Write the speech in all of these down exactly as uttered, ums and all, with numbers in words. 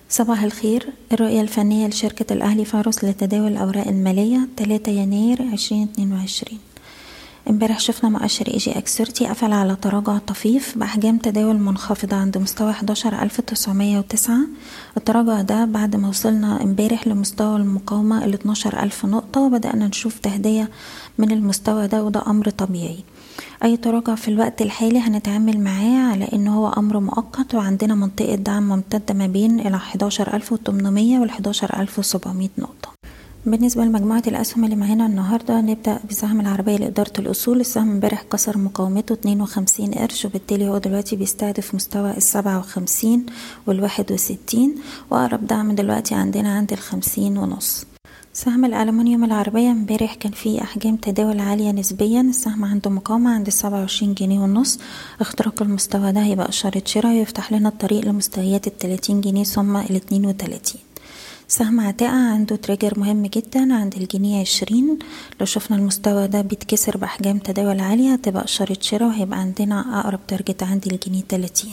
صباح الخير. الرؤية الفنية لشركة الأهلي فارس لتداول الأوراق المالية ثلاثة يناير ألفين واثنين وعشرين. امبارح شفنا مؤشر اي جي اكس ثلاثين قفل على تراجع طفيف بأحجام تداول منخفضة عند مستوى حداشر ألف وتسعمية وتسعة. التراجع ده بعد ما وصلنا امبارح لمستوى المقاومة ال اتناشر ألف نقطة، وبدأنا نشوف تهدية من المستوى ده، وده أمر طبيعي. اي تراجع في الوقت الحالي هنتعامل معاه على انه هو امر مؤقت، وعندنا منطقة دعم ممتدة ما بين الى حداشر ألف وتمنمية وال حداشر ألف وسبعمية نقطة. بالنسبة لمجموعة الأسهم اللي معانا النهاردة، نبدأ بسهم العربية لإدارة الأصول. السهم امبارح كسر مقاومته اتنين وخمسين قرش، وبالتالي هو دلوقتي بيستهدف مستوى السبعة وخمسين والواحد وستين، وأقرب دعم دلوقتي عندنا عند الخمسين ونص. سهم الألمنيوم العربية امبارح كان فيه أحجام تداول عالية نسبيا. السهم عنده مقاومة عند السبعة وعشرين جنيه ونص. اختراق المستوى ده هيبقى إشارة شراء، ويفتح لنا الطريق لمستويات التلاتين جنيه ثم الاتنين وتلاتين. سهم عتاقة عنده تريجر مهم جدا عند الجنيه عشرين. لو شفنا المستوى ده بيتكسر بأحجام تداول عالية هتبقى إشارة شراء، وهيبقى عندنا أقرب تارجت عند الجنيه تلاتين.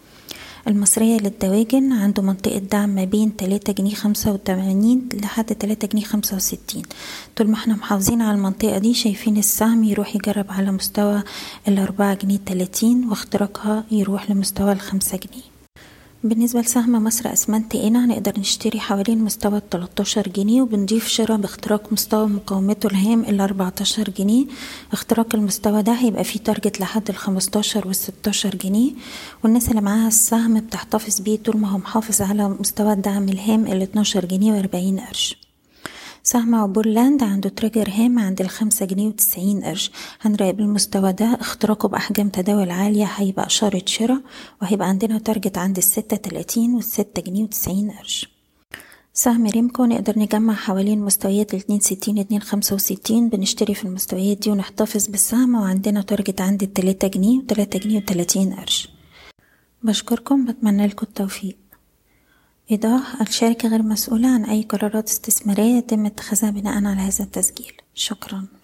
المصرية للدواجن عنده منطقة دعم ما بين تلاتة جنيه خمسة وتمانين لحد تلاتة جنيه خمسة وستين. طول ما احنا محافظين على المنطقة دي، شايفين السهم يروح يجرب على مستوى الأربعة جنيه تلاتين، واختراقها يروح لمستوى الخمسة جنيه. بالنسبة لسهم مصر أسمنت إنا، هنقدر نشتري حوالين مستوى التلاتاشر جنيه، وبنضيف شراء باختراق مستوى مقاومته الهام ال أربعتاشر جنيه. اختراق المستوى ده هيبقى فيه تارجت لحد ال خمستاشر وال ستاشر جنيه، والناس اللي معاها السهم بتحتفظ بيه طول ما هو محافظ على مستوى الدعم الهام ال اتناشر جنيه واربعين قرش. سهم عبور لاند عنده تريجر هام عند الخمسة جنيه وتسعين قرش. هنراقب المستوى ده، اختراقه بأحجام تداول عالية هيبقى إشارة شراء، وهيبقى عندنا تارجت عند الستة تلاتين والستة جنيه وتسعين قرش. سهم ريمكو نقدر نجمع حوالين مستويات الاتنين ستين اتنين خمسة وستين، بنشتري في المستويات دي ونحتفظ بالسهم، وعندنا تارجت عند التلاتة جنيه وتلاتة جنيه وتلاتين قرش. بشكركم، بتمنى لكم التوفيق. إيضاح: الشركة غير مسؤولة عن أي قرارات استثمارية يتم اتخاذها بناء على هذا التسجيل. شكرا.